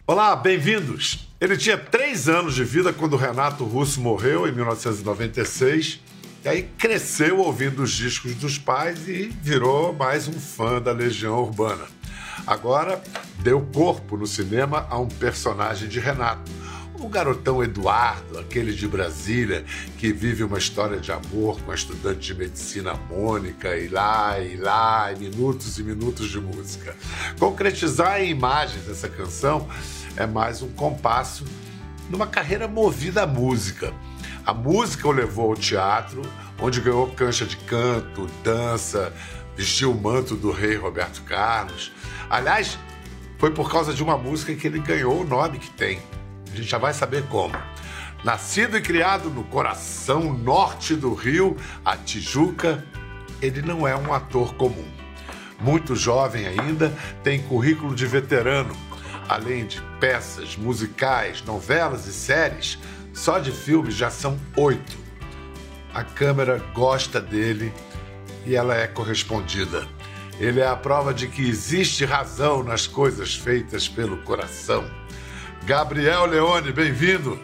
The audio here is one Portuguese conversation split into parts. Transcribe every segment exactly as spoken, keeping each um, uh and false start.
Olá, bem-vindos! Ele tinha três anos de vida quando Renato Russo morreu, em mil novecentos e noventa e seis, e aí cresceu ouvindo os discos dos pais e virou mais um fã da Legião Urbana. Agora, deu corpo no cinema a um personagem de Renato, o garotão Eduardo, aquele de Brasília, que vive uma história de amor com a estudante de medicina Mônica, e lá, e lá, e minutos e minutos de música. Concretizar em imagens essa canção é mais um compasso numa carreira movida à música. A música o levou ao teatro, onde ganhou cancha de canto, dança, vestiu o manto do rei Roberto Carlos. Aliás, foi por causa de uma música que ele ganhou o nome que tem. A gente já vai saber como. Nascido e criado no coração norte do Rio, a Tijuca, ele não é um ator comum. Muito jovem ainda, tem currículo de veterano. Além de peças, musicais, novelas e séries, só de filmes já são oito. A câmera gosta dele e ela é correspondida. Ele é a prova de que existe razão nas coisas feitas pelo coração. Gabriel Leone, bem-vindo!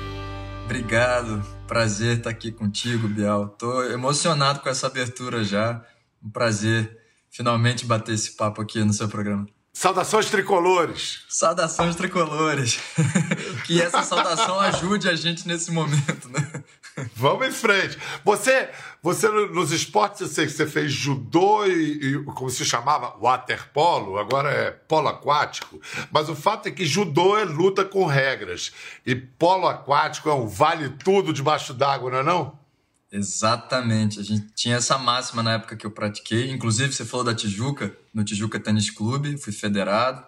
Obrigado, prazer estar aqui contigo, Bial. Estou emocionado com essa abertura já. Um prazer finalmente bater esse papo aqui no seu programa. Saudações tricolores! Saudações tricolores! Que essa saudação ajude a gente nesse momento, né? Vamos em frente. Você, você nos esportes, eu sei que você fez judô e, e como se chamava, waterpolo, agora é polo aquático, mas o fato é que judô é luta com regras e polo aquático é um vale tudo debaixo d'água, não é não? Exatamente. A gente tinha essa máxima na época que eu pratiquei. Inclusive, você falou da Tijuca, no Tijuca Tênis Clube, fui federado.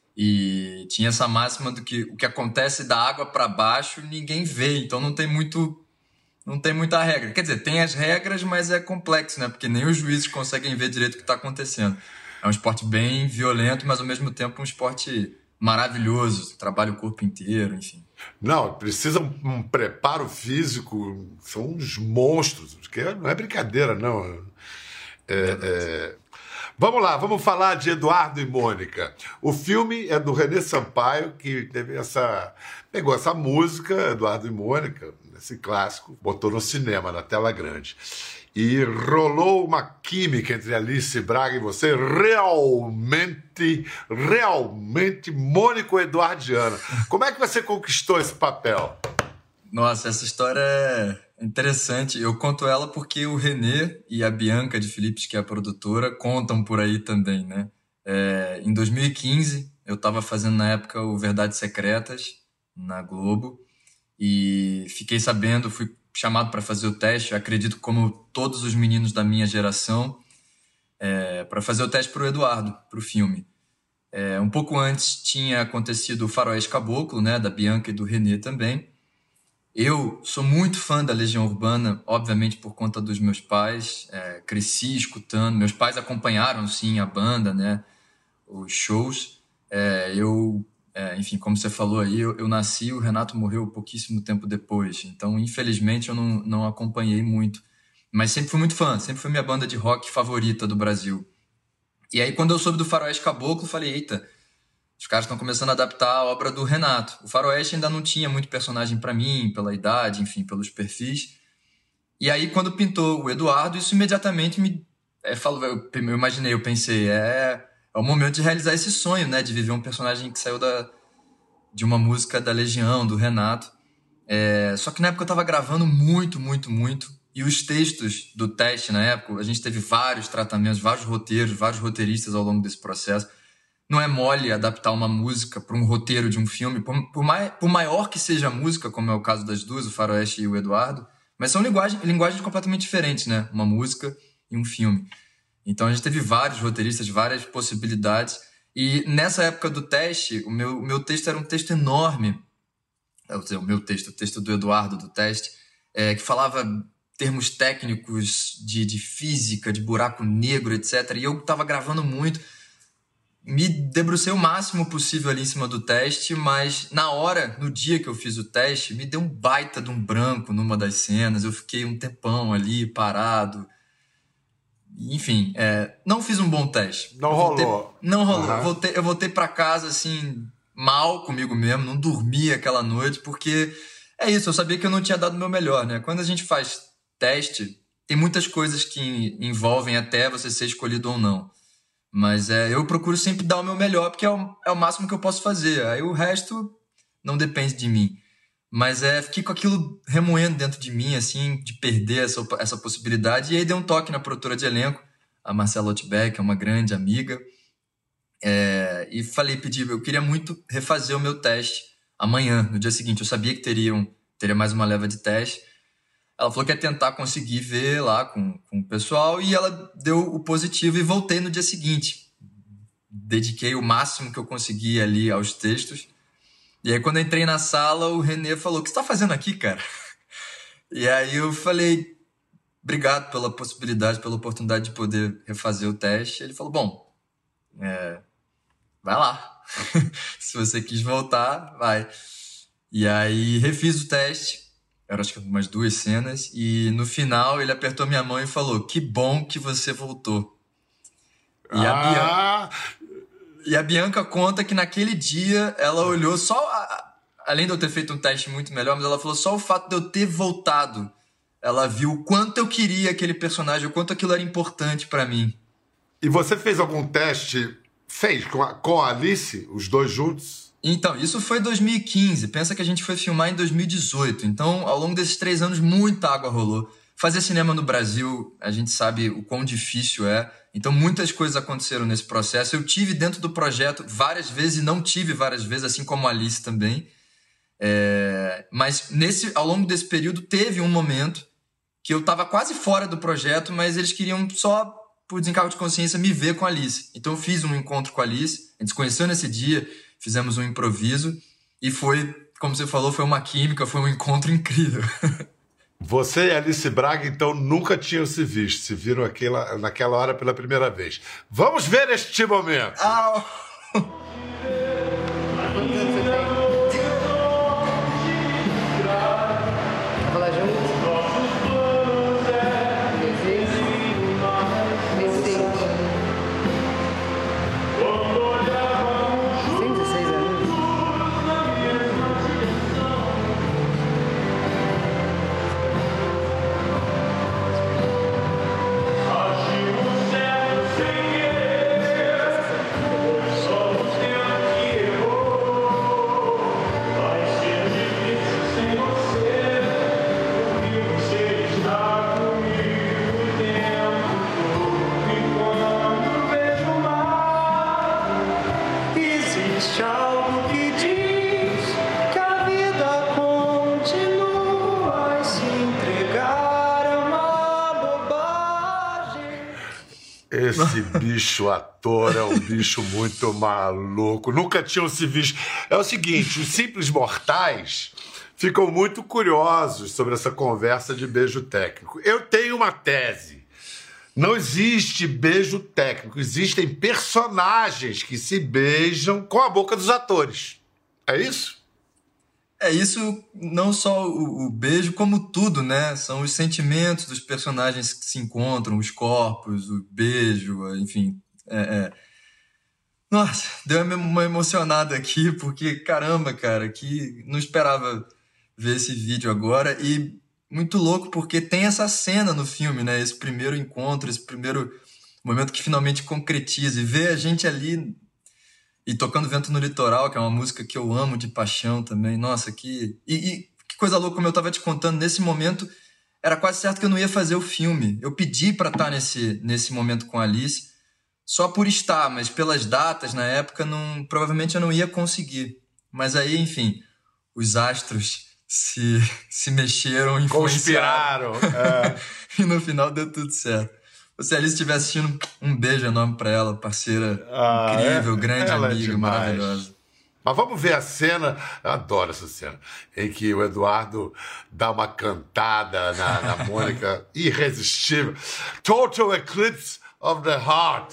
E tinha essa máxima do que o que acontece da água para baixo ninguém vê. Então não tem muito, não tem muita regra. Quer dizer, tem as regras, mas é complexo, né? Porque nem os juízes conseguem ver direito o que está acontecendo. É um esporte bem violento, mas ao mesmo tempo um esporte maravilhoso. Trabalha o corpo inteiro, enfim. Não, precisa um, um preparo físico, são uns monstros, porque não é brincadeira, não. É, é... Vamos lá, vamos falar de Eduardo e Mônica. O filme é do René Sampaio, que teve essa, pegou essa música, Eduardo e Mônica, esse clássico, botou no cinema, na tela grande. E rolou uma química entre Alice Braga e você, realmente, realmente mônico-eduardiana. Como é que você conquistou esse papel? Nossa, essa história é interessante. Eu conto ela porque o René e a Bianca de Philips, que é a produtora, contam por aí também, né? É, em dois mil e quinze, eu estava fazendo na época o Verdades Secretas, na Globo, e fiquei sabendo, fui chamado para fazer o teste, acredito como todos os meninos da minha geração, é, para fazer o teste para o Eduardo, para o filme. É, um pouco antes tinha acontecido o Faroeste Caboclo, né, da Bianca e do René também. Eu sou muito fã da Legião Urbana, obviamente por conta dos meus pais, é, cresci escutando, meus pais acompanharam sim a banda, né, os shows. É, eu É, enfim, como você falou aí, eu, eu nasci, o Renato morreu pouquíssimo tempo depois. Então, infelizmente, eu não, não acompanhei muito. Mas sempre fui muito fã, sempre foi minha banda de rock favorita do Brasil. E aí, quando eu soube do Faroeste Caboclo, falei, eita, os caras estão começando a adaptar a obra do Renato. O Faroeste ainda não tinha muito personagem para mim, pela idade, enfim, pelos perfis. E aí, quando pintou o Eduardo, isso imediatamente me... É, falou, eu, eu imaginei, eu pensei, é... É o momento de realizar esse sonho, né? De viver um personagem que saiu da, de uma música da Legião, do Renato. É, só que na época eu estava gravando muito, muito, muito. E os textos do teste na época, a gente teve vários tratamentos, vários roteiros, vários roteiristas ao longo desse processo. Não é mole adaptar uma música para um roteiro de um filme, por, por, mai, por maior que seja a música, como é o caso das duas, o Faroeste e o Eduardo. Mas são linguagens, linguagens completamente diferentes, né? Uma música e um filme. Então a gente teve vários roteiristas, várias possibilidades. E nessa época do teste, o meu, o meu texto era um texto enorme. O meu texto, o texto do Eduardo do teste, é, que falava termos técnicos de, de física, de buraco negro, etcétera. E eu estava gravando muito. Me debrucei o máximo possível ali em cima do teste, mas na hora, no dia que eu fiz o teste, me deu um baita de um branco numa das cenas. Eu fiquei um tempão ali, parado. Enfim, é, não fiz um bom teste. Não voltei, rolou. Não rolou. Uhum. Voltei, eu voltei para casa, assim, mal comigo mesmo, não dormi aquela noite, porque é isso, eu sabia que eu não tinha dado o meu melhor, né? Quando a gente faz teste, tem muitas coisas que envolvem até você ser escolhido ou não. Mas é, eu procuro sempre dar o meu melhor, porque é o, é o máximo que eu posso fazer. Aí o resto não depende de mim. Mas é, fiquei com aquilo remoendo dentro de mim, assim, de perder essa, essa possibilidade. E aí dei um toque na produtora de elenco, a Marcela Outback, que é uma grande amiga. É, e falei, pedi, eu queria muito refazer o meu teste amanhã, no dia seguinte. Eu sabia que teriam, teria mais uma leva de teste. Ela falou que ia tentar conseguir ver lá com, com o pessoal e ela deu o positivo e voltei no dia seguinte. Dediquei o máximo que eu consegui ali aos textos. E aí, quando eu entrei na sala, o René falou, o que você tá fazendo aqui, cara? E aí eu falei, obrigado pela possibilidade, pela oportunidade de poder refazer o teste. Ele falou, bom, é, vai lá. Se você quis voltar, vai. E aí, refiz o teste. Eram acho que umas duas cenas. E no final, ele apertou minha mão e falou, que bom que você voltou. E ah. a Bianca... E a Bianca conta que naquele dia ela olhou só... A, além de eu ter feito um teste muito melhor, mas ela falou só o fato de eu ter voltado. Ela viu o quanto eu queria aquele personagem, o quanto aquilo era importante pra mim. E você fez algum teste... Fez com a, com a Alice, os dois juntos? Então, isso foi em dois mil e quinze. Pensa que a gente foi filmar em dois mil e dezoito. Então, ao longo desses três anos, muita água rolou. Fazer cinema no Brasil, a gente sabe o quão difícil é. Então, muitas coisas aconteceram nesse processo. Eu tive dentro do projeto várias vezes e não tive várias vezes, assim como a Alice também. É... Mas nesse, ao longo desse período, teve um momento que eu estava quase fora do projeto, mas eles queriam só, por desencargo de consciência, me ver com a Alice. Então, eu fiz um encontro com a Alice. A gente se conheceu nesse dia, fizemos um improviso. E foi, como você falou, foi uma química, foi um encontro incrível. Você e Alice Braga, então, nunca tinham se visto. Se viram aquela, naquela hora pela primeira vez. Vamos ver este momento. Ah! Esse bicho ator é um bicho muito maluco. Nunca tinham se visto. É o seguinte, os simples mortais ficam muito curiosos sobre essa conversa de beijo técnico. Eu tenho uma tese. Não existe beijo técnico. Existem personagens que se beijam com a boca dos atores. É isso? É isso, não só o, o beijo, como tudo, né? São os sentimentos dos personagens que se encontram, os corpos, o beijo, enfim. É, é. Nossa, deu uma emocionada aqui, porque, caramba, cara, que não esperava ver esse vídeo agora. E muito louco, porque tem essa cena no filme, né? Esse primeiro encontro, esse primeiro momento que finalmente concretiza. E ver a gente ali... E Tocando Vento no Litoral, que é uma música que eu amo de paixão também. Nossa, que... E, e que coisa louca, como eu estava te contando, nesse momento era quase certo que eu não ia fazer o filme. Eu pedi para estar nesse, nesse momento com a Alice, só por estar, mas pelas datas na época, não, provavelmente eu não ia conseguir. Mas aí, enfim, os astros se, se mexeram, influenciaram. É. E no final deu tudo certo. Se a Alice estiver assistindo, um beijo enorme pra ela, parceira ah, incrível, é? grande ela amiga, é maravilhosa. Mas vamos ver a cena, eu adoro essa cena, em que o Eduardo dá uma cantada na, na Mônica irresistível. Total Eclipse of the Heart.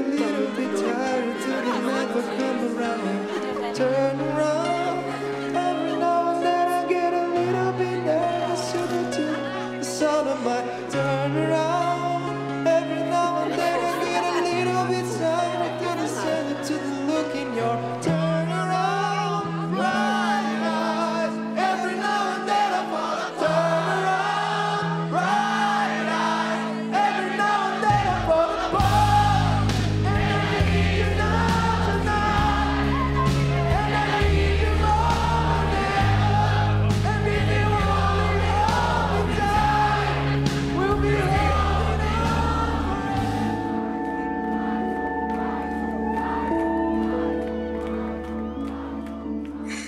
Turn around,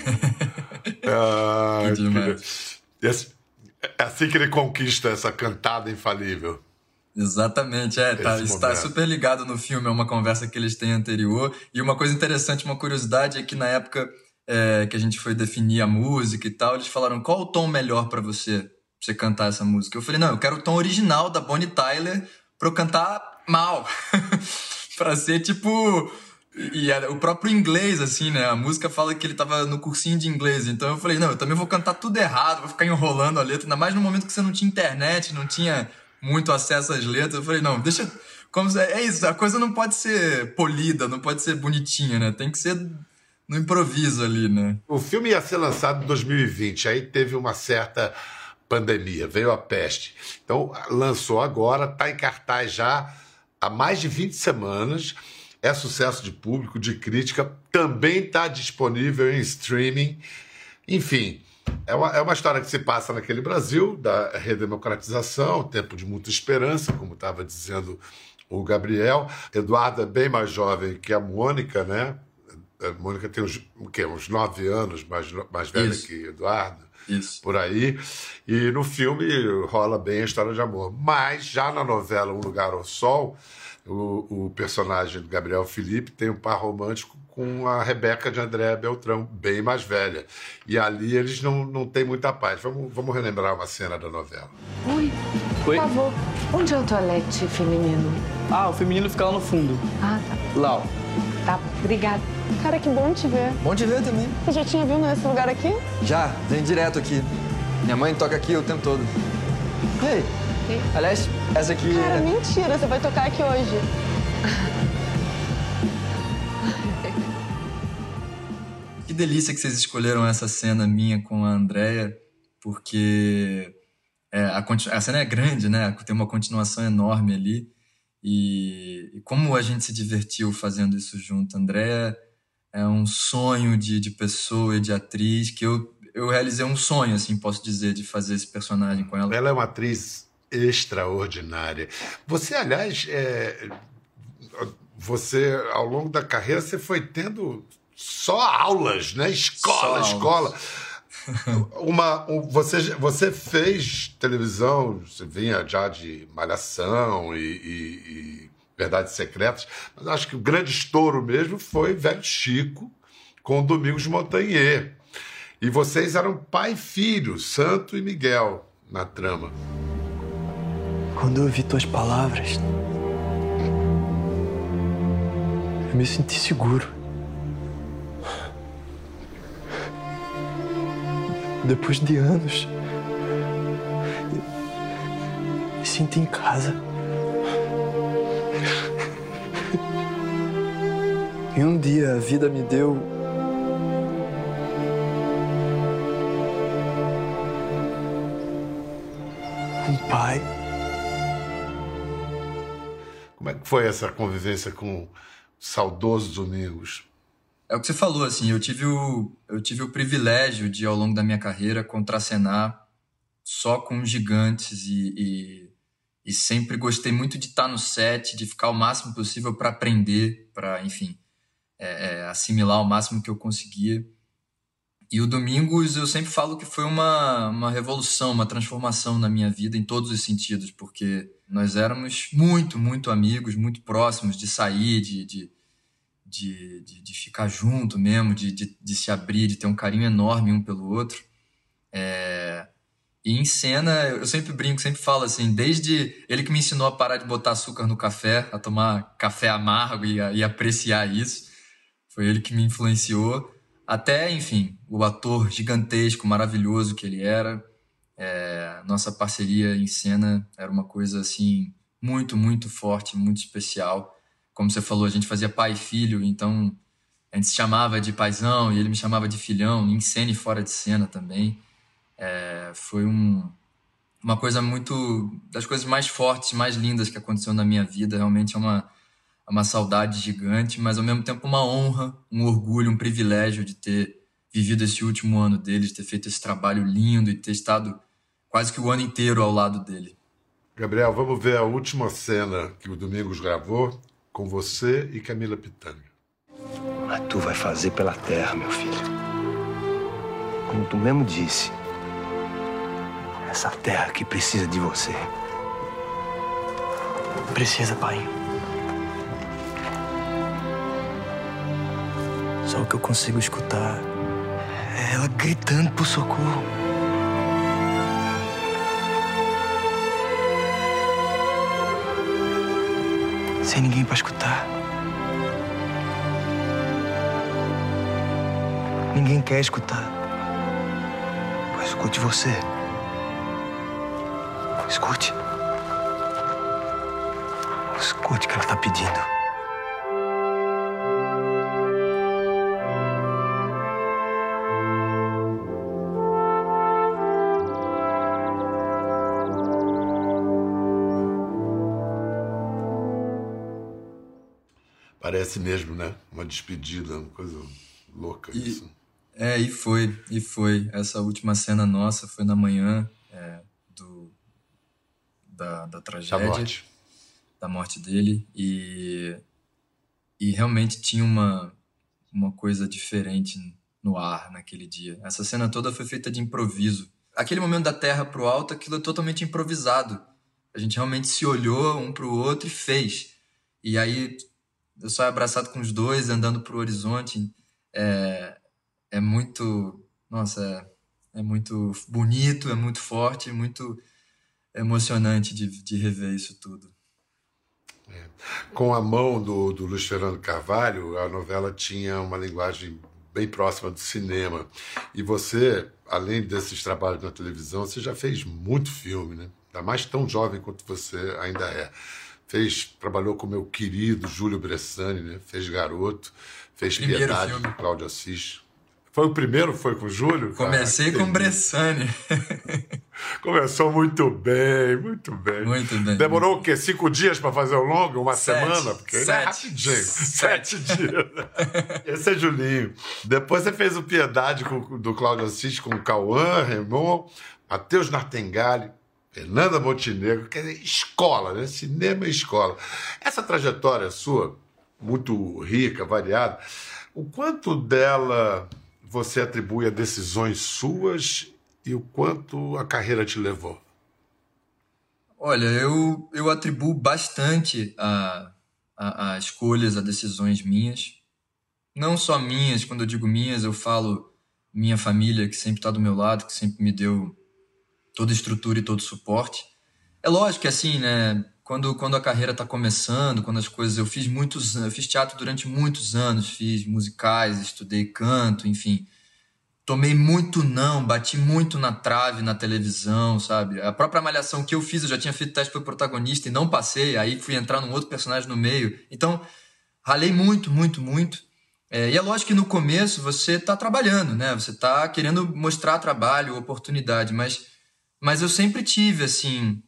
Ah, Que demais. que... É assim que ele conquista essa cantada infalível. Exatamente, é, tá, está super ligado no filme, é uma conversa que eles têm anterior. E uma coisa interessante, uma curiosidade, é que na época é, que a gente foi definir a música e tal, eles falaram, qual o tom melhor pra você, pra você cantar essa música? Eu falei, não, eu quero o tom original da Bonnie Tyler pra eu cantar mal. Pra ser tipo... E a, o próprio inglês, assim, né? A música fala que ele tava no cursinho de inglês. Então eu falei, não, eu também vou cantar tudo errado, vou ficar enrolando a letra. Ainda mais no momento que você não tinha internet, não tinha muito acesso às letras. Eu falei, não, deixa... Como, é isso, a coisa não pode ser polida, não pode ser bonitinha, né? Tem que ser no improviso ali, né? O filme ia ser lançado em dois mil e vinte, aí teve uma certa pandemia, veio a peste. Então lançou agora, tá em cartaz já há mais de vinte semanas... É sucesso de público, de crítica, também está disponível em streaming. Enfim, é uma, é uma história que se passa naquele Brasil, da redemocratização, tempo de muita esperança, como estava dizendo o Gabriel. Eduardo é bem mais jovem que a Mônica, né? A Mônica tem uns, o quê? uns nove anos mais, mais velha Isso. que Eduardo. Isso. Por aí. E no filme rola bem a história de amor. Mas já na novela Um Lugar ao Sol... O, o personagem do Gabriel Felipe tem um par romântico com a Rebeca de Andréa Beltrão, bem mais velha. E ali eles não, não têm muita paz. Vamos, vamos relembrar uma cena da novela. Oi, por Oi? favor, onde é o toalete feminino? Ah, o feminino fica lá no fundo. Ah, tá. Lá, ó. Tá, obrigada. Cara, que bom te ver. Bom te ver também. Você já tinha vindo nesse lugar aqui? Já, vem direto aqui. Minha mãe toca aqui o tempo todo. E aí? E? Aliás, essa aqui... Cara, é... mentira, você vai tocar aqui hoje. Que delícia que vocês escolheram essa cena minha com a Andréia, porque é, a, a cena é grande, né? Tem uma continuação enorme ali. E, e como a gente se divertiu fazendo isso junto. A Andréia é um sonho de, de pessoa e de atriz que eu, eu realizei um sonho, assim, posso dizer, de fazer esse personagem com ela. Ela é uma atriz extraordinária. Você, aliás, é, você, ao longo da carreira, você foi tendo só aulas, né? Escola, só escola. Uma, um, você, você fez televisão, você vinha já de Malhação e, e, e Verdades Secretas, mas acho que o grande estouro mesmo foi Velho Chico com Domingos Montanher. E vocês eram pai e filho, Santo e Miguel, na trama. Quando eu ouvi tuas palavras, eu me senti seguro. Depois de anos, me senti em casa. E um dia a vida me deu um pai. Como é que foi essa convivência com o saudoso Domingos? É o que você falou, assim, eu tive o, eu tive o privilégio de, ao longo da minha carreira, contracenar só com gigantes e, e, e sempre gostei muito de estar no set, de ficar o máximo possível para aprender, para, enfim, é, é, assimilar o máximo que eu conseguia. E o Domingos, eu sempre falo que foi uma, uma revolução, uma transformação na minha vida em todos os sentidos, porque nós éramos muito, muito amigos, muito próximos de sair, de... de De, de, de ficar junto mesmo, de, de, de se abrir, de ter um carinho enorme um pelo outro. É... E em cena, eu sempre brinco, sempre falo assim, desde ele que me ensinou a parar de botar açúcar no café, a tomar café amargo e, a, e apreciar isso, foi ele que me influenciou, até, enfim, o ator gigantesco, maravilhoso que ele era. É... Nossa parceria em cena era uma coisa assim, muito, muito forte, muito especial. Como você falou, a gente fazia pai e filho, então a gente se chamava de paizão e ele me chamava de filhão, em cena e fora de cena também. É, foi um, uma coisa muito... das coisas mais fortes, mais lindas que aconteceu na minha vida. Realmente é uma, é uma saudade gigante, mas ao mesmo tempo uma honra, um orgulho, um privilégio de ter vivido esse último ano dele, de ter feito esse trabalho lindo e ter estado quase que o ano inteiro ao lado dele. Gabriel, vamos ver a última cena que o Domingos gravou com você e Camila Pitanga. Mas tu vai fazer pela terra, meu filho. Como tu mesmo disse, essa terra que precisa de você. Precisa, pai. Só o que eu consigo escutar é ela gritando por socorro. Sem ninguém pra escutar. Ninguém quer escutar. Pois escute você. Escute. Escute o que ela tá pedindo. Parece mesmo, né? Uma despedida, uma coisa louca e, isso. É, e foi, e foi. Essa última cena nossa foi na manhã é, do, da, da tragédia. Da morte. Da morte dele. E, e realmente tinha uma, uma coisa diferente no ar naquele dia. Essa cena toda foi feita de improviso. Aquele momento da terra pro alto, aquilo é totalmente improvisado. A gente realmente se olhou um pro outro e fez. E aí... eu saio abraçado com os dois, andando pro horizonte. É, é muito... Nossa, é, é muito bonito, é muito forte, é muito emocionante de, de rever isso tudo. É. Com a mão do, do Luiz Fernando Carvalho, a novela tinha uma linguagem bem próxima do cinema. E você, além desses trabalhos na televisão, você já fez muito filme, né? Ainda mais tão jovem quanto você ainda é. Fez, trabalhou com o meu querido Júlio Bressani, né? Fez Garoto, fez Primeiro Piedade, filme. com Cláudio Assis. Foi o primeiro? Foi com o Júlio? Comecei ah, com Bressani. Começou muito bem, muito bem. Muito bem. Demorou o quê? Cinco dias para fazer o longa? Uma Sete. semana? Porque Sete. é rapidinho. Sete. Sete dias. Esse é Julinho. Depois você fez o Piedade com, do Cláudio Assis com o Cauã, Raymond, Matheus Nartengali, Fernanda Montenegro, quer dizer, escola, né? Cinema e escola. Essa trajetória sua, muito rica, variada, o quanto dela você atribui a decisões suas e o quanto a carreira te levou? Olha, eu, eu atribuo bastante a, a, a escolhas, a decisões minhas. Não só minhas, quando eu digo minhas, eu falo minha família, que sempre está do meu lado, que sempre me deu toda a estrutura e todo o suporte. É lógico que assim, né, quando, quando a carreira está começando, quando as coisas... Eu fiz muitos eu fiz teatro durante muitos anos, fiz musicais, estudei canto, enfim. Tomei muito não, bati muito na trave na televisão, sabe? A própria Malhação que eu fiz, eu já tinha feito teste para protagonista e não passei, aí fui entrar num outro personagem no meio. Então, ralei muito, muito, muito. É, e é lógico que no começo você está trabalhando, né? Você está querendo mostrar trabalho, oportunidade, mas... Mas eu sempre tive, assim,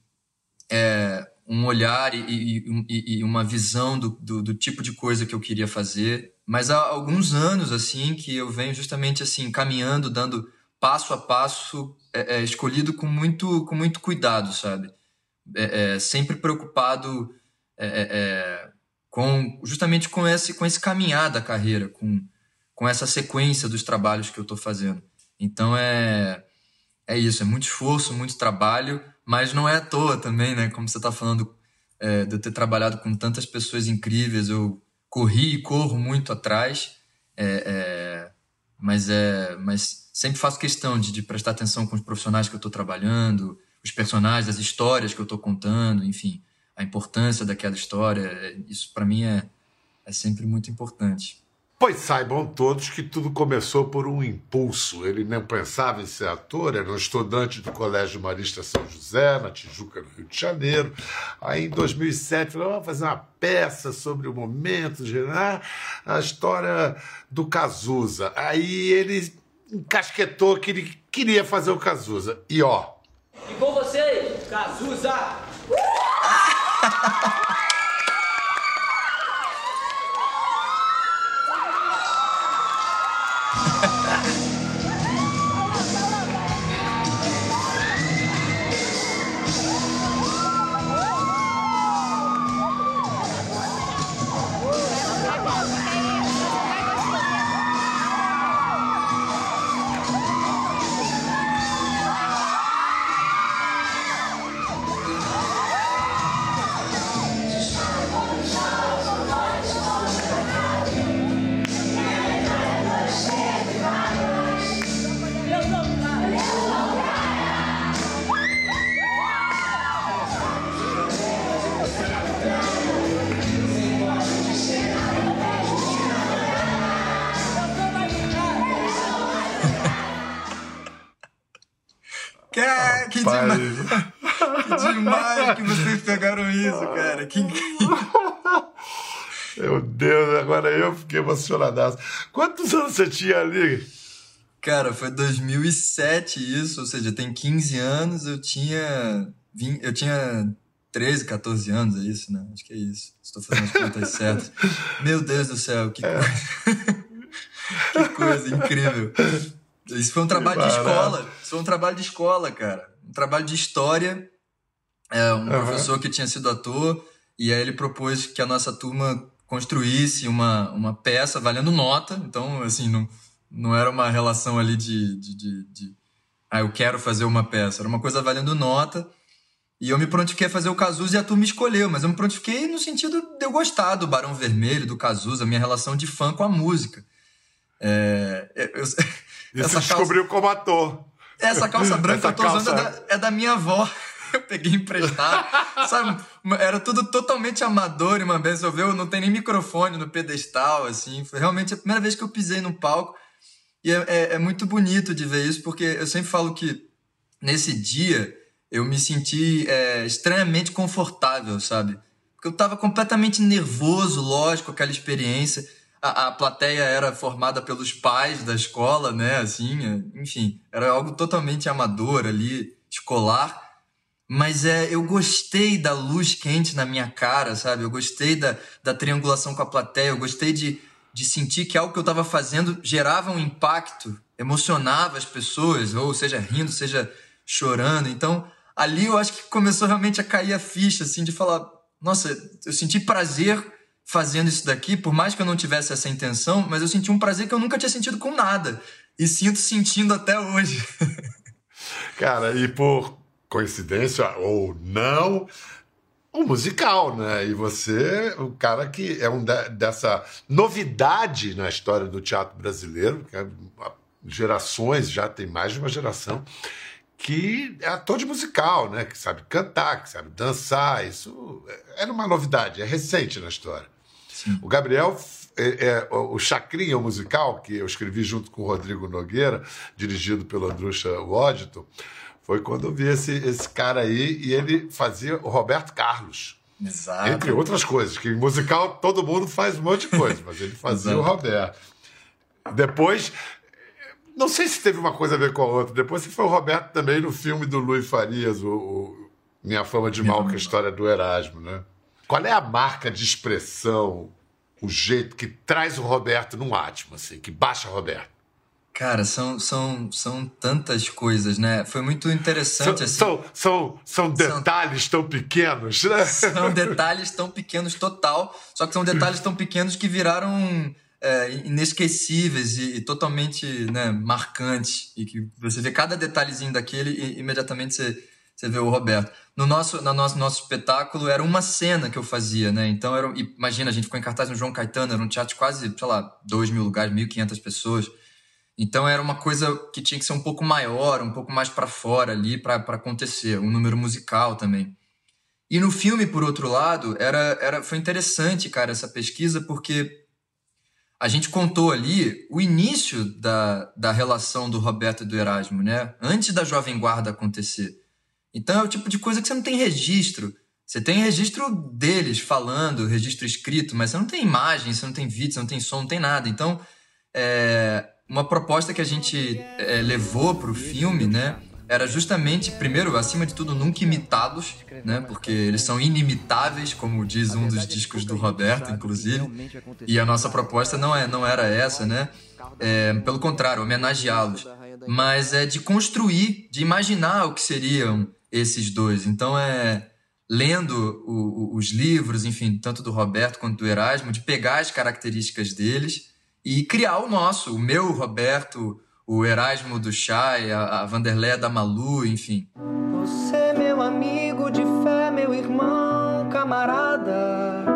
é, um olhar e, e, e uma visão do, do, do tipo de coisa que eu queria fazer. Mas há alguns anos, assim, que eu venho justamente, assim, caminhando, dando passo a passo, é, é, escolhido com muito, com muito cuidado, sabe? É, é, sempre preocupado é, é, com, justamente com esse, com esse caminhar da carreira, com, com essa sequência dos trabalhos que eu estou fazendo. Então, é... É isso, é muito esforço, muito trabalho, mas não é à toa também, né? Como você está falando, é, de eu ter trabalhado com tantas pessoas incríveis, eu corri e corro muito atrás, é, é, mas, é, mas sempre faço questão de, de prestar atenção com os profissionais que eu estou trabalhando, os personagens, as histórias que eu estou contando, enfim, a importância daquela história, isso para mim é, é sempre muito importante. Pois saibam todos que tudo começou por um impulso. Ele não pensava em ser ator, era um estudante do Colégio Marista São José, na Tijuca, no Rio de Janeiro. Aí, em dois mil e sete, falou, vamos fazer uma peça sobre o momento, a história do Cazuza. Aí ele encasquetou que ele queria fazer o Cazuza. E ó... E com vocês, Cazuza! que Rapaz. demais! Que demais que vocês pegaram isso, cara. Que incrível. Meu Deus, agora eu fiquei emocionadaço. Quantos anos você tinha ali? Cara, foi dois mil e sete isso, ou seja, tem quinze anos, eu tinha vinte, eu tinha treze, quatorze anos, é isso, né? Acho que é isso. Estou fazendo as contas certas. Meu Deus do céu, que É. coisa. Que coisa incrível. Isso foi um trabalho de escola. Isso foi um trabalho de escola, cara. Um trabalho de história. É, um Uhum. professor que tinha sido ator, e aí ele propôs que a nossa turma construísse uma, uma peça valendo nota. Então, assim, não, não era uma relação ali de, de, de, de ah, eu quero fazer uma peça. Era uma coisa valendo nota. E eu me prontifiquei a fazer o Cazuza e a turma escolheu, mas eu me prontifiquei no sentido de eu gostar do Barão Vermelho, do Cazuza, a minha relação de fã com a música. É, eu, E você descobriu como ator. Essa calça branca Essa que eu tô calça... usando é da, é da minha avó. Eu peguei emprestado. Sabe? Era tudo totalmente amador e uma vez eu vi, não tem nem microfone no pedestal, assim. Foi realmente a primeira vez que eu pisei no palco. E é, é, é muito bonito de ver isso, porque eu sempre falo que nesse dia eu me senti é, estranhamente confortável, sabe? Porque eu tava completamente nervoso, lógico, aquela experiência. A, a plateia era formada pelos pais da escola, né? Assim, enfim, era algo totalmente amador ali, escolar. Mas é, eu gostei da luz quente na minha cara, sabe? Eu gostei da, da triangulação com a plateia, eu gostei de, de sentir que algo que eu estava fazendo gerava um impacto, emocionava as pessoas, ou seja, rindo, seja chorando. Então, ali eu acho que começou realmente a cair a ficha, assim, de falar, nossa, eu senti prazer fazendo isso daqui, por mais que eu não tivesse essa intenção, mas eu senti um prazer que eu nunca tinha sentido com nada. E sinto sentindo até hoje. Cara, e por coincidência ou não, um musical, né? E você, o cara que é um de, dessa novidade na história do teatro brasileiro, que é, gerações, já tem mais de uma geração, que é ator de musical, né? Que sabe cantar, que sabe dançar. Isso era uma novidade, é recente na história. Sim. O Gabriel, é, é, o Chacrinha, o musical, que eu escrevi junto com o Rodrigo Nogueira, dirigido pelo Andrucha Waddington, foi quando eu vi esse, esse cara aí, e ele fazia o Roberto Carlos. Exato. Entre outras coisas, que em musical todo mundo faz um monte de coisa, mas ele fazia o Roberto. Depois, não sei se teve uma coisa a ver com a outra, depois foi o Roberto também no filme do Luiz Farias, o, o Minha Fama de Mal, que é a história do Erasmo, né? Qual é a marca de expressão, o jeito que traz o Roberto num átimo, assim, que baixa o Roberto? Cara, são, são, são tantas coisas, né? Foi muito interessante, São, assim. são, são, são detalhes são, tão pequenos, né? São detalhes tão pequenos total, só que são detalhes tão pequenos que viraram é, inesquecíveis e, e totalmente, né, marcantes. E que você vê cada detalhezinho daquele e imediatamente você, você vê o Roberto. No nosso, no nosso, nosso espetáculo era uma cena que eu fazia, né? Então, era, imagina, a gente ficou em cartaz no João Caetano, era um teatro de quase, sei lá, dois mil lugares, mil e quinhentas pessoas. Então era uma coisa que tinha que ser um pouco maior, um pouco mais para fora ali para acontecer, um número musical também. E no filme, por outro lado, era, era, foi interessante, cara, essa pesquisa, porque a gente contou ali o início da, da relação do Roberto e do Erasmo, né? Antes da Jovem Guarda acontecer. Então é o tipo de coisa que você não tem registro. Você tem registro deles falando, registro escrito, mas você não tem imagem, você não tem vídeo, você não tem som, não tem nada. Então, é... uma proposta que a gente é, levou para o filme, né, era justamente, primeiro, acima de tudo, nunca imitá-los, né, porque eles são inimitáveis, como diz um dos discos do Roberto, inclusive, e a nossa proposta não, é, não era essa, né, é, pelo contrário, homenageá-los, mas é de construir, de imaginar o que seriam esses dois. Então, é lendo o, o, os livros, enfim, tanto do Roberto quanto do Erasmo, de pegar as características deles e criar o nosso, o meu Roberto, o Erasmo do Chay, a, a Vanderléia da Malu, enfim. Você, meu amigo de fé, meu irmão, camarada.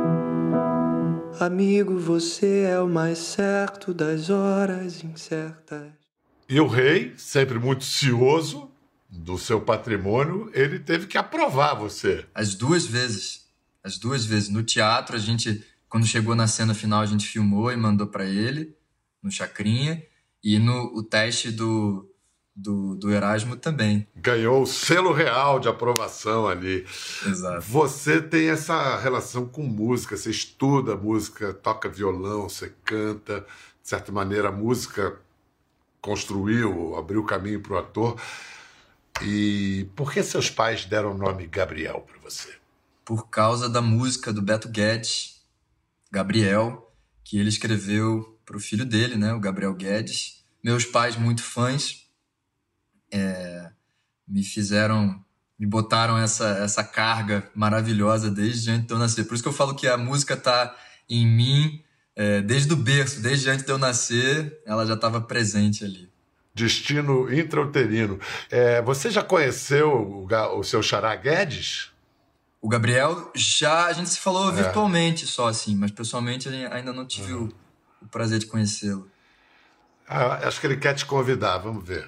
Amigo, você é o mais certo das horas incertas. E o rei, sempre muito cioso do seu patrimônio, ele teve que aprovar você. As duas vezes. As duas vezes. No teatro, a gente... Quando chegou na cena final, a gente filmou e mandou para ele, no Chacrinha. E no o teste do, do, do Erasmo também. Ganhou o selo real de aprovação ali. Exato. Você tem essa relação com música, você estuda música, toca violão, você canta. De certa maneira, a música construiu, abriu caminho para o ator. E por que seus pais deram o nome Gabriel para você? Por causa da música do Beto Guedes, Gabriel, que ele escreveu para o filho dele, né, o Gabriel Guedes. Meus pais, muito fãs, é, me fizeram, me botaram essa, essa carga maravilhosa desde antes de eu nascer. Por isso que eu falo que a música está em mim é, desde o berço, desde antes de eu nascer, ela já estava presente ali. Destino intrauterino. É, você já conheceu o, o seu xará Guedes? O Gabriel, já a gente se falou é. virtualmente só, assim, mas pessoalmente ainda não tive uhum. o, o prazer de conhecê-lo. Ah, acho que ele quer te convidar, vamos ver.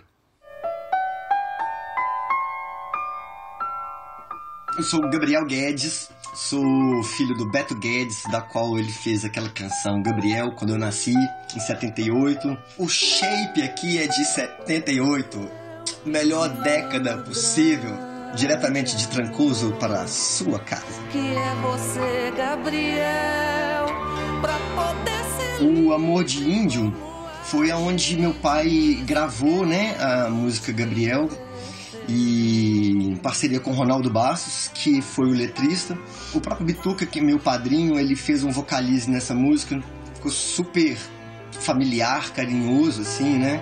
Eu sou o Gabriel Guedes, sou filho do Beto Guedes, da qual ele fez aquela canção Gabriel, quando eu nasci, em setenta e oito. O shape aqui é de setenta e oito, melhor década possível, diretamente de Trancoso para a sua casa. Que é você, Gabriel, pra poder ser... O Amor de Índio foi aonde meu pai gravou, né, a música Gabriel, e em parceria com Ronaldo Bastos, que foi o letrista. O próprio Bituca, que é meu padrinho, ele fez um vocalize nessa música, ficou super familiar, carinhoso, assim, né?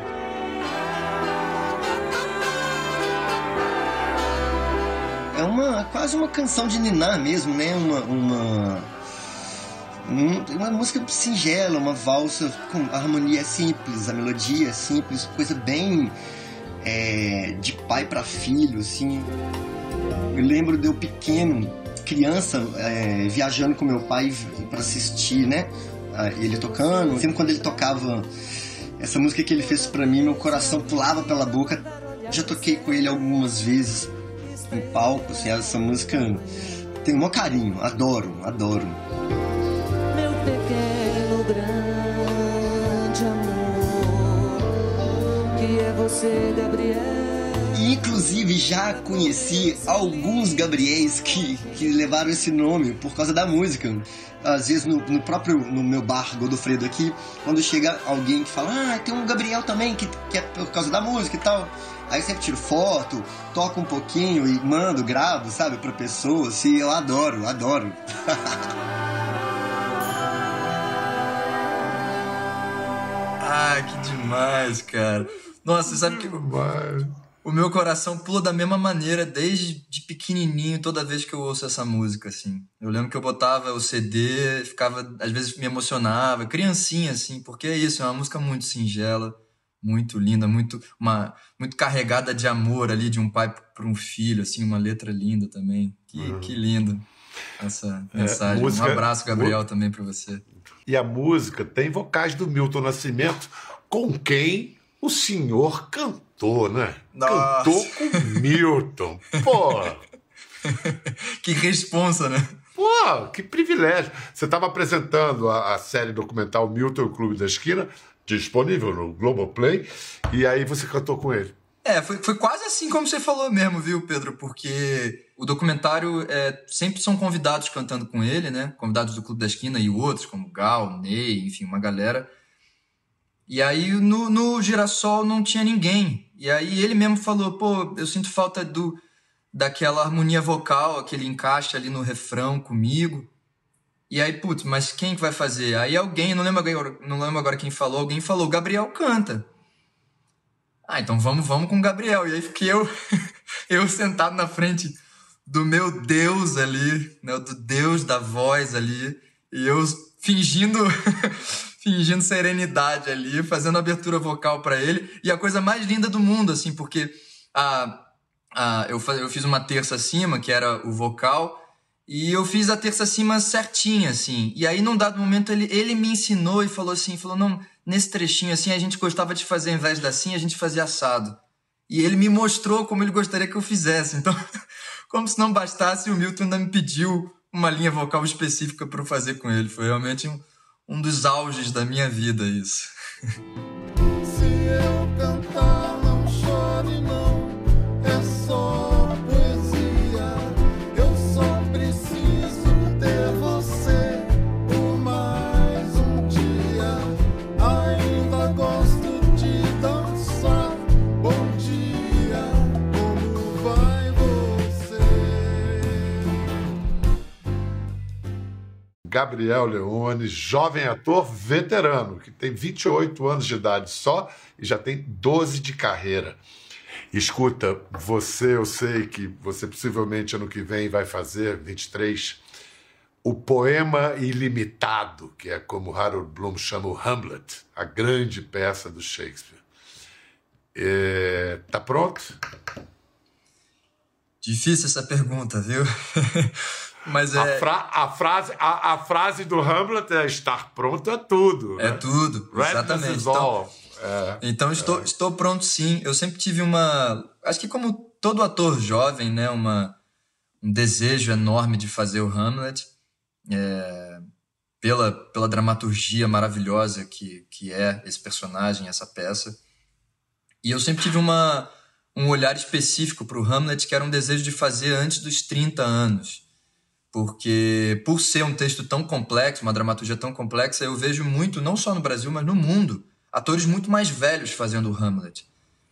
É uma, quase uma canção de niná mesmo, né? Uma, uma, uma música singela, uma valsa com harmonia simples, a melodia é simples, coisa bem... É, de pai para filho, assim. Eu lembro de eu pequeno, criança, é, viajando com meu pai para assistir, né? Ele tocando. Sempre quando ele tocava essa música que ele fez para mim, meu coração pulava pela boca. Já toquei com ele algumas vezes em palco, assim. Essa música tem um maior carinho, adoro, adoro. Meu pequeno grande amor, que é você, Gabriel. E, inclusive, já conheci alguns Gabriéis que, que levaram esse nome por causa da música. Às vezes, no, no próprio no meu bar Godofredo aqui, quando chega alguém que fala, ah, tem um Gabriel também, que, que é por causa da música e tal. Aí eu sempre tiro foto, toco um pouquinho e mando, gravo, sabe, pra pessoa. Assim, eu adoro, adoro. Ah, que demais, cara. Nossa, você sabe que o meu coração pula da mesma maneira desde de pequenininho, toda vez que eu ouço essa música, assim. Eu lembro que eu botava o C D, ficava, às vezes me emocionava, criancinha, assim, porque é isso, é uma música muito singela, muito linda, muito, uma, muito carregada de amor ali, de um pai para um filho, assim, uma letra linda também. Que, uhum. que lindo essa mensagem. É, música, um abraço, Gabriel, o... também para você. E a música tem vocais do Milton Nascimento, com quem o senhor cantou, né? Nossa. Cantou com Milton. Pô! Que responsa, né? Pô, que privilégio. Você estava apresentando a, a série documental Milton e o Clube da Esquina, disponível no Globoplay, e aí você cantou com ele. É, foi, foi quase assim como você falou mesmo, viu, Pedro? Porque o documentário é, sempre são convidados cantando com ele, né? Convidados do Clube da Esquina e outros, como Gal, Ney, enfim, uma galera. E aí no, no Girassol não tinha ninguém. E aí ele mesmo falou, pô, eu sinto falta do, daquela harmonia vocal, aquele encaixe ali no refrão comigo. E aí, putz, mas quem que vai fazer? Aí alguém, não lembro agora, não lembro agora quem falou, alguém falou, Gabriel canta. Ah, então vamos, vamos com o Gabriel. E aí fiquei eu, eu sentado na frente do meu Deus ali, né, do Deus da voz ali, e eu fingindo, fingindo serenidade ali, fazendo abertura vocal para ele. E a coisa mais linda do mundo, assim, porque a, a, eu, eu fiz uma terça acima, que era o vocal, e eu fiz a terça acima certinha, assim. E aí, num dado momento, ele, ele me ensinou e falou assim, falou, não, nesse trechinho, assim, a gente gostava de fazer, ao invés da assim, a gente fazia assado. E ele me mostrou como ele gostaria que eu fizesse. Então, como se não bastasse, o Milton ainda me pediu uma linha vocal específica para eu fazer com ele. Foi realmente um, um dos auges da minha vida, isso. Se eu cantar, não chora. Gabriel Leone, jovem ator veterano, que tem vinte e oito anos de idade só e já tem doze de carreira. Escuta, você, eu sei que você possivelmente ano que vem vai fazer, vinte e três, o Poema Ilimitado, que é como Harold Bloom chama o Hamlet, a grande peça do Shakespeare. É, tá pronto? Difícil essa pergunta, viu? Mas é... a, fra a, frase, a, a frase do Hamlet é estar pronto é tudo. É né? tudo, exatamente. Então, é, então estou, é. estou pronto sim. Eu sempre tive uma... Acho que como todo ator jovem, né? Uma, um desejo enorme de fazer o Hamlet. É, pela, pela dramaturgia maravilhosa que, que é esse personagem, essa peça. E eu sempre tive uma, um olhar específico para o Hamlet, que era um desejo de fazer antes dos trinta anos. Porque, por ser um texto tão complexo, uma dramaturgia tão complexa, eu vejo muito, não só no Brasil, mas no mundo, atores muito mais velhos fazendo o Hamlet.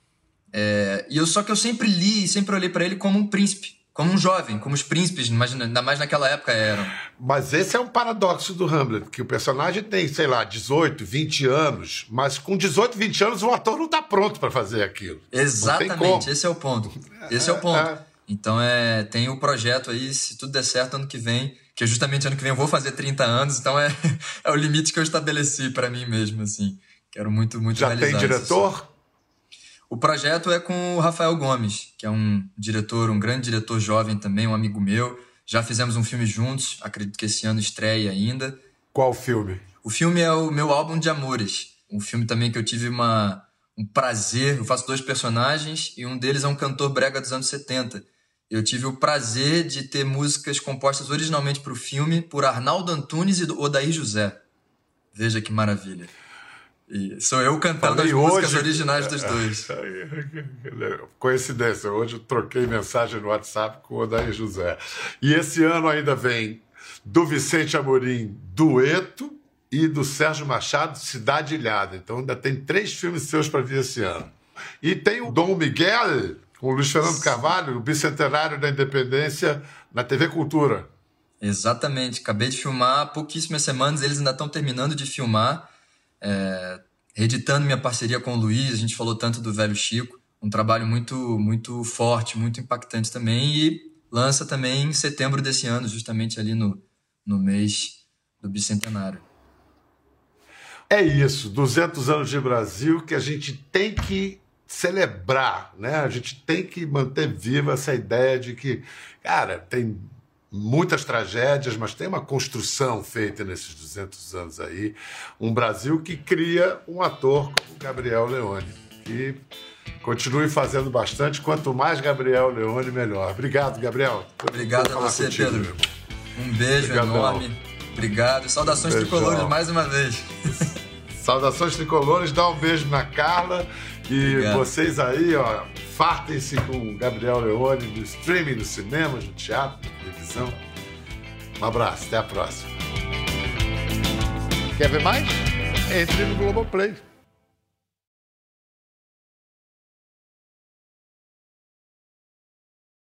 É, e eu, só que eu sempre li e sempre olhei para ele como um príncipe, como um jovem, como os príncipes, ainda mais naquela época eram. Mas esse é um paradoxo do Hamlet, que o personagem tem, sei lá, dezoito, vinte anos, mas com dezoito, vinte anos o ator não está pronto para fazer aquilo. Exatamente, esse é o ponto. Esse é, é o ponto. É. Então é, tem o projeto aí, se tudo der certo ano que vem, que justamente ano que vem eu vou fazer trinta anos, então é, é o limite que eu estabeleci para mim mesmo, assim. Quero muito, muito Já realizar. Já tem diretor? O projeto é com o Rafael Gomes, que é um diretor, um grande diretor jovem também, um amigo meu. Já fizemos um filme juntos, acredito que esse ano estreia ainda. Qual filme? O filme é o meu álbum de amores. Um filme também que eu tive uma, um prazer, eu faço dois personagens e um deles é um cantor brega dos anos setenta. Eu tive o prazer de ter músicas compostas originalmente para o filme por Arnaldo Antunes e Odair José. Veja que maravilha. E sou eu cantando Falei as músicas hoje, originais dos dois. Coincidência, hoje eu troquei mensagem no WhatsApp com o Odair José. E esse ano ainda vem do Vicente Amorim, Dueto, e do Sérgio Machado, Cidade Ilhada. Então ainda tem três filmes seus para vir esse ano. E tem o Dom Miguel, com o Luiz Fernando Carvalho, o bicentenário da Independência, na T V Cultura. Exatamente. Acabei de filmar há pouquíssimas semanas, eles ainda estão terminando de filmar. É, reeditando minha parceria com o Luiz, a gente falou tanto do Velho Chico, um trabalho muito, muito forte, muito impactante também, e lança também em setembro desse ano, justamente ali no, no mês do bicentenário. É isso, duzentos anos de Brasil que a gente tem que celebrar, né? A gente tem que manter viva essa ideia de que, cara, tem muitas tragédias, mas tem uma construção feita nesses duzentos anos aí. Um Brasil que cria um ator como Gabriel Leone, que continue fazendo bastante. Quanto mais Gabriel Leone, melhor. Obrigado, Gabriel. Obrigado a você, contigo, Pedro. Um beijo Obrigadão. enorme. Obrigado. Saudações Beijão. tricolores mais uma vez. Saudações tricolores. Dá um beijo na Carla. E Obrigado. vocês aí, ó, fartem-se com o Gabriel Leone no streaming, no cinema, no teatro, na televisão. Um abraço, até a próxima. Quer ver mais? Entre no Globoplay.